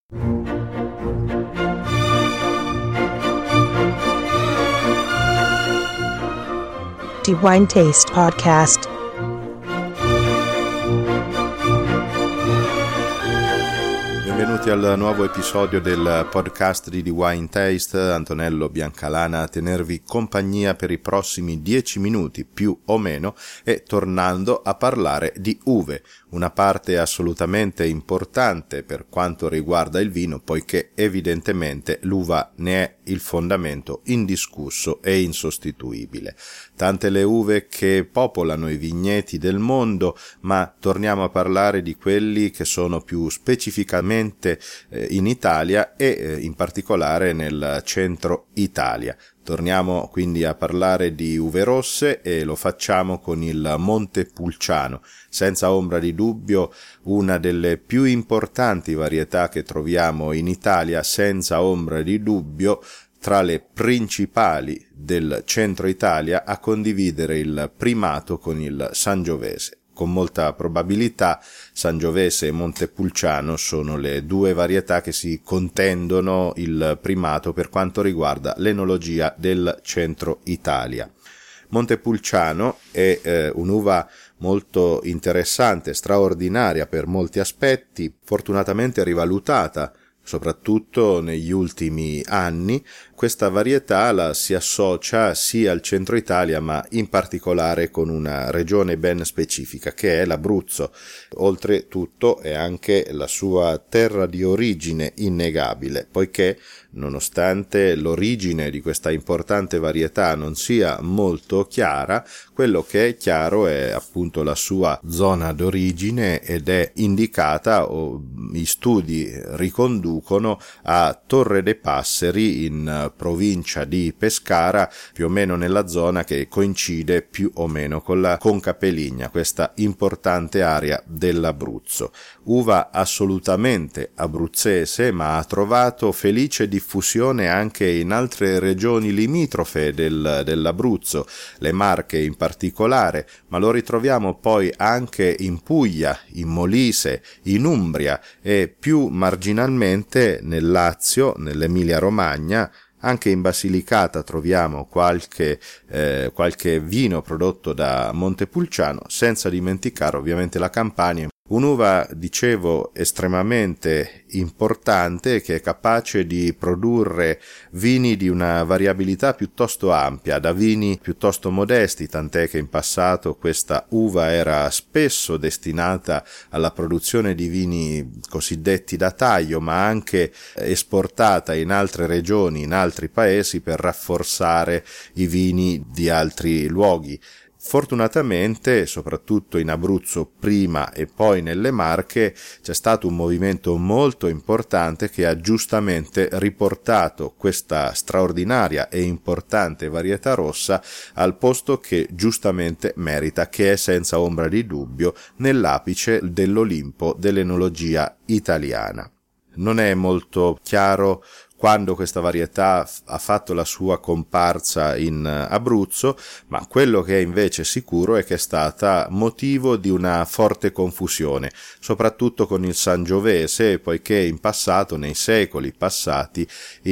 The Wine Taste Podcast. Benvenuti al nuovo episodio del podcast di The Wine Taste. Antonello Biancalana a tenervi compagnia per i prossimi 10 minuti più o meno, e tornando a parlare di uve, una parte assolutamente importante per quanto riguarda il vino, poiché evidentemente l'uva ne è il fondamento indiscusso e insostituibile. Tante le uve che popolano i vigneti del mondo, ma torniamo a parlare di quelli che sono più specificamente in Italia e in particolare nel centro Italia. Torniamo quindi a parlare di uve rosse e lo facciamo con il Montepulciano, senza ombra di dubbio una delle più importanti varietà che troviamo in Italia, senza ombra di dubbio tra le principali del centro Italia a condividere il primato con il Sangiovese. Con molta probabilità Sangiovese e Montepulciano sono le due varietà che si contendono il primato per quanto riguarda l'enologia del centro Italia. Montepulciano è un'uva molto interessante, straordinaria per molti aspetti, fortunatamente rivalutata soprattutto negli ultimi anni. Questa varietà la si associa sia al centro Italia, ma in particolare con una regione ben specifica che è l'Abruzzo. Oltretutto è anche la sua terra di origine innegabile, poiché nonostante l'origine di questa importante varietà non sia molto chiara, quello che è chiaro è appunto la sua zona d'origine, ed è indicata, o gli studi riconducono, a Torre de' Passeri in provincia di Pescara, più o meno nella zona che coincide più o meno con la Conca Peligna, questa importante area dell'Abruzzo. Uva assolutamente abruzzese, ma ha trovato felice diffusione anche in altre regioni limitrofe dell'Abruzzo, le Marche in particolare, ma lo ritroviamo poi anche in Puglia, in Molise, in Umbria e più marginalmente nel Lazio, nell'Emilia Romagna. Anche in Basilicata troviamo qualche vino prodotto da Montepulciano, senza dimenticare ovviamente la Campania. Un'uva, dicevo, estremamente importante, che è capace di produrre vini di una variabilità piuttosto ampia, da vini piuttosto modesti, tant'è che in passato questa uva era spesso destinata alla produzione di vini cosiddetti da taglio, ma anche esportata in altre regioni, in altri paesi, per rafforzare i vini di altri luoghi. Fortunatamente, soprattutto in Abruzzo prima e poi nelle Marche, c'è stato un movimento molto importante che ha giustamente riportato questa straordinaria e importante varietà rossa al posto che giustamente merita, che è senza ombra di dubbio nell'apice dell'Olimpo dell'enologia italiana. Non è molto chiaro quando questa varietà ha fatto la sua comparsa in Abruzzo, ma quello che è invece sicuro è che è stata motivo di una forte confusione, soprattutto con il Sangiovese, poiché in passato, nei secoli passati,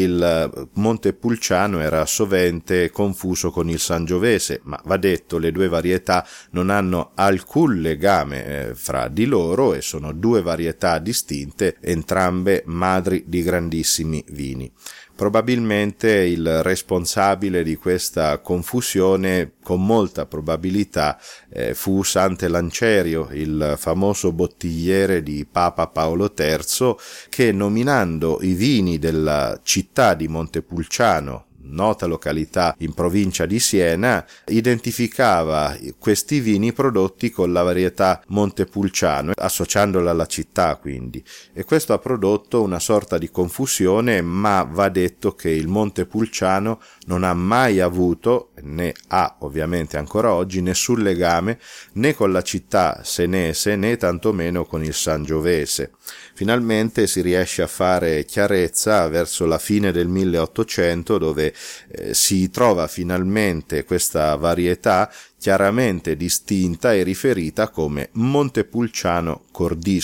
il Montepulciano era sovente confuso con il Sangiovese, ma va detto, le due varietà non hanno alcun legame fra di loro e sono due varietà distinte, entrambe madri di grandissimi vini. Probabilmente il responsabile di questa confusione, con molta probabilità, fu Sant'Elancerio, il famoso bottigliere di Papa Paolo III, che nominando i vini della città di Montepulciano, nota località in provincia di Siena, identificava questi vini prodotti con la varietà Montepulciano, associandola alla città quindi, e questo ha prodotto una sorta di confusione, ma va detto che il Montepulciano non ha mai avuto, né ha ovviamente ancora oggi, nessun legame né con la città senese né tantomeno con il Sangiovese. Finalmente si riesce a fare chiarezza verso la fine del 1800, dove si trova finalmente questa varietà chiaramente distinta e riferita come Montepulciano Cordisco,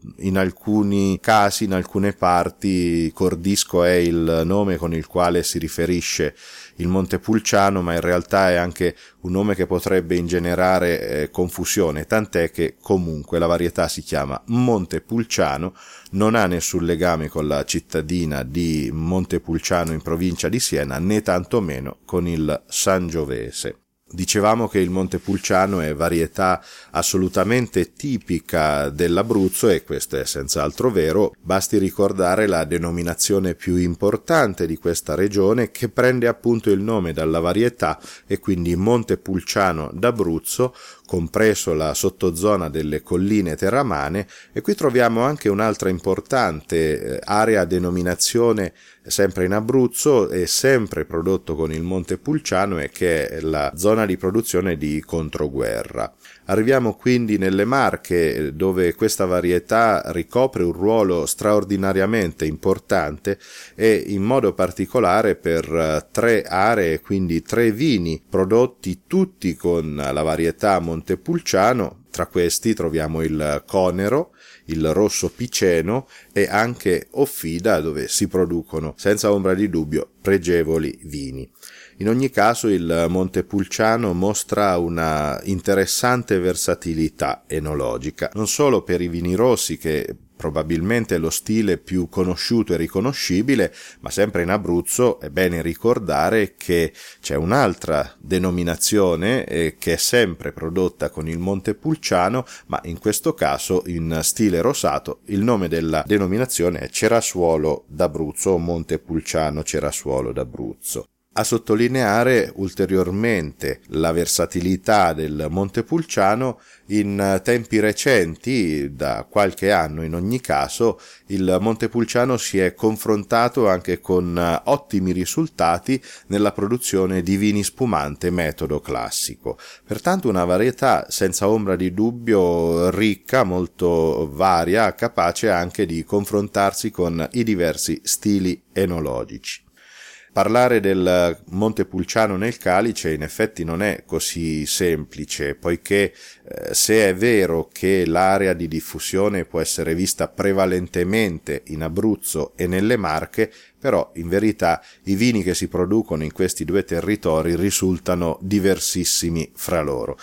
in alcuni casi, in alcune parti, Cordisco è il nome con il quale si riferisce il Montepulciano, ma in realtà è anche un nome che potrebbe ingenerare confusione, tant'è che comunque la varietà si chiama Montepulciano, non ha nessun legame con la cittadina di Montepulciano in provincia di Siena, né tantomeno con il Sangiovese. Dicevamo che il Montepulciano è varietà assolutamente tipica dell'Abruzzo e questo è senz'altro vero, basti ricordare la denominazione più importante di questa regione che prende appunto il nome dalla varietà e quindi Montepulciano d'Abruzzo, compreso la sottozona delle colline terramane, e qui troviamo anche un'altra importante area denominazione sempre in Abruzzo e sempre prodotto con il Montepulciano e che è la zona di produzione di Controguerra. Arriviamo quindi nelle Marche, dove questa varietà ricopre un ruolo straordinariamente importante e in modo particolare per 3 aree, quindi 3 vini prodotti tutti con la varietà Montepulciano. Tra questi troviamo il Conero, il Rosso Piceno e anche Offida, dove si producono senza ombra di dubbio pregevoli vini. In ogni caso il Montepulciano mostra una interessante versatilità enologica, non solo per i vini rossi, che probabilmente è lo stile più conosciuto e riconoscibile, ma sempre in Abruzzo è bene ricordare che c'è un'altra denominazione che è sempre prodotta con il Montepulciano, ma in questo caso in stile rosato. Il nome della denominazione è Cerasuolo d'Abruzzo o Montepulciano Cerasuolo d'Abruzzo. A sottolineare ulteriormente la versatilità del Montepulciano, in tempi recenti, da qualche anno in ogni caso, il Montepulciano si è confrontato anche con ottimi risultati nella produzione di vini spumante metodo classico. Pertanto una varietà senza ombra di dubbio ricca, molto varia, capace anche di confrontarsi con i diversi stili enologici. Parlare del Montepulciano nel Calice in effetti non è così semplice, poiché se è vero che l'area di diffusione può essere vista prevalentemente in Abruzzo e nelle Marche, però in verità i vini che si producono in questi 2 territori risultano diversissimi fra loro.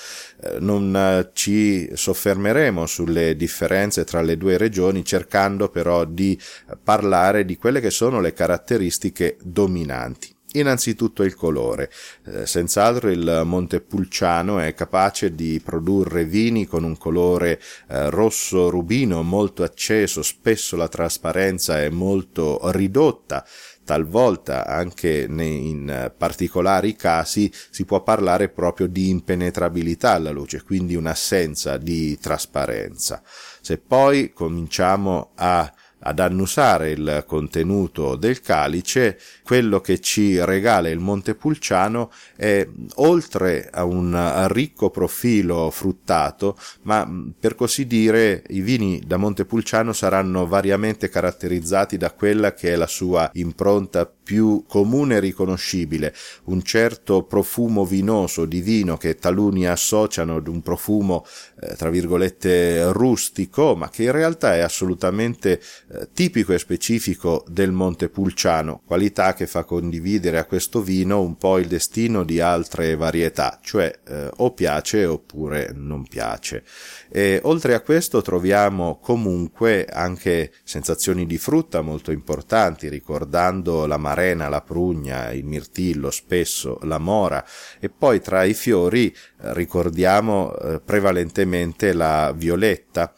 Non ci soffermeremo sulle differenze tra le 2 regioni, cercando però di parlare di quelle che sono le caratteristiche dominanti. Innanzitutto il colore. Senz'altro il Montepulciano è capace di produrre vini con un colore rosso rubino molto acceso, spesso la trasparenza è molto ridotta, talvolta anche in particolari casi si può parlare proprio di impenetrabilità alla luce, quindi un'assenza di trasparenza. Se poi cominciamo ad annusare il contenuto del Calice, quello che ci regala il Montepulciano è, oltre a un ricco profilo fruttato, ma per così dire i vini da Montepulciano saranno variamente caratterizzati da quella che è la sua impronta più comune e riconoscibile, un certo profumo vinoso di vino che taluni associano ad un profumo tra virgolette rustico, ma che in realtà è assolutamente tipico e specifico del Montepulciano, qualità che fa condividere a questo vino un po' il destino di altre varietà, cioè o piace oppure non piace. E oltre a questo troviamo comunque anche sensazioni di frutta molto importanti, ricordando la marena, la prugna, il mirtillo, spesso la mora, e poi tra i fiori ricordiamo prevalentemente la violetta.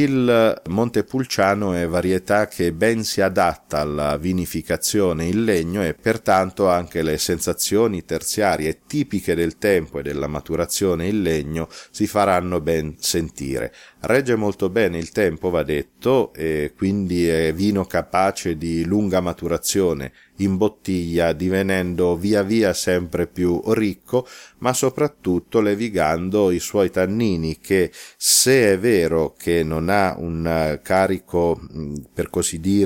Il Montepulciano è varietà che ben si adatta alla vinificazione in legno e pertanto anche le sensazioni terziarie tipiche del tempo e della maturazione in legno si faranno ben sentire. Regge molto bene il tempo, va detto, e quindi è vino capace di lunga maturazione in bottiglia, divenendo via via sempre più ricco, ma soprattutto levigando i suoi tannini che, se è vero che non ha un carico per così dire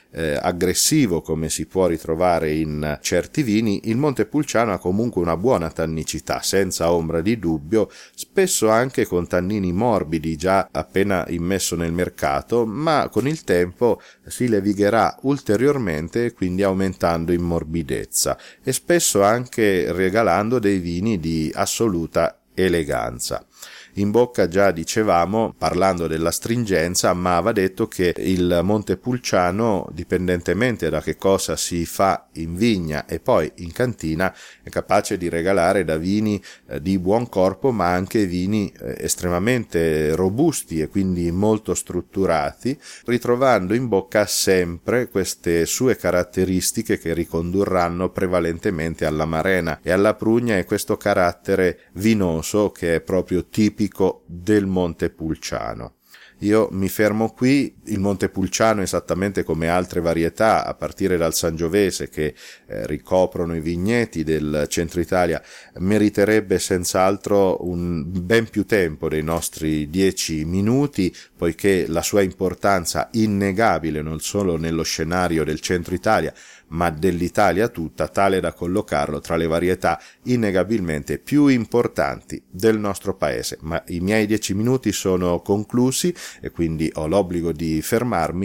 aggressivo come si può ritrovare in certi vini, il Montepulciano ha comunque una buona tannicità, senza ombra di dubbio, spesso anche con tannini morbidi già appena immesso nel mercato, ma con il tempo si levigherà ulteriormente, quindi aumentando in morbidezza e spesso anche regalando dei vini di assoluta eleganza. In bocca, già dicevamo, parlando della stringenza, ma va detto che il Montepulciano, dipendentemente da che cosa si fa in vigna e poi in cantina, è capace di regalare da vini di buon corpo, ma anche vini estremamente robusti e quindi molto strutturati, ritrovando in bocca sempre queste sue caratteristiche che ricondurranno prevalentemente all'amarena e alla prugna, e questo carattere vinoso che è proprio tipico del Montepulciano. Io mi fermo qui. Il Montepulciano, esattamente come altre varietà a partire dal Sangiovese che ricoprono i vigneti del centro Italia, meriterebbe senz'altro un ben più tempo dei nostri 10 minuti, poiché la sua importanza innegabile non solo nello scenario del centro Italia ma dell'Italia tutta, tale da collocarlo tra le varietà innegabilmente più importanti del nostro paese. Ma i miei 10 minuti sono conclusi e quindi ho l'obbligo di fermarmi,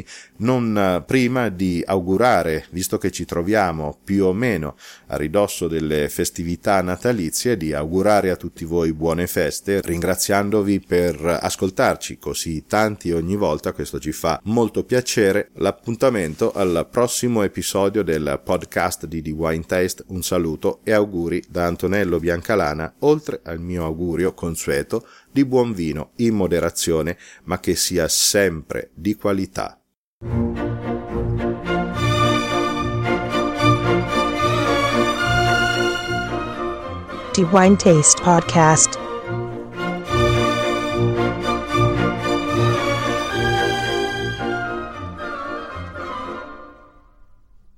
non prima di augurare, visto che ci troviamo più o meno a ridosso delle festività natalizie, di augurare a tutti voi buone feste, ringraziandovi per ascoltarci così tanti ogni volta. Questo ci fa molto piacere. L'appuntamento al prossimo episodio del podcast di The Wine Taste. Un saluto e auguri da Antonello Biancalana, oltre al mio augurio consueto di buon vino in moderazione, ma che sia sempre di qualità. The Wine Taste Podcast.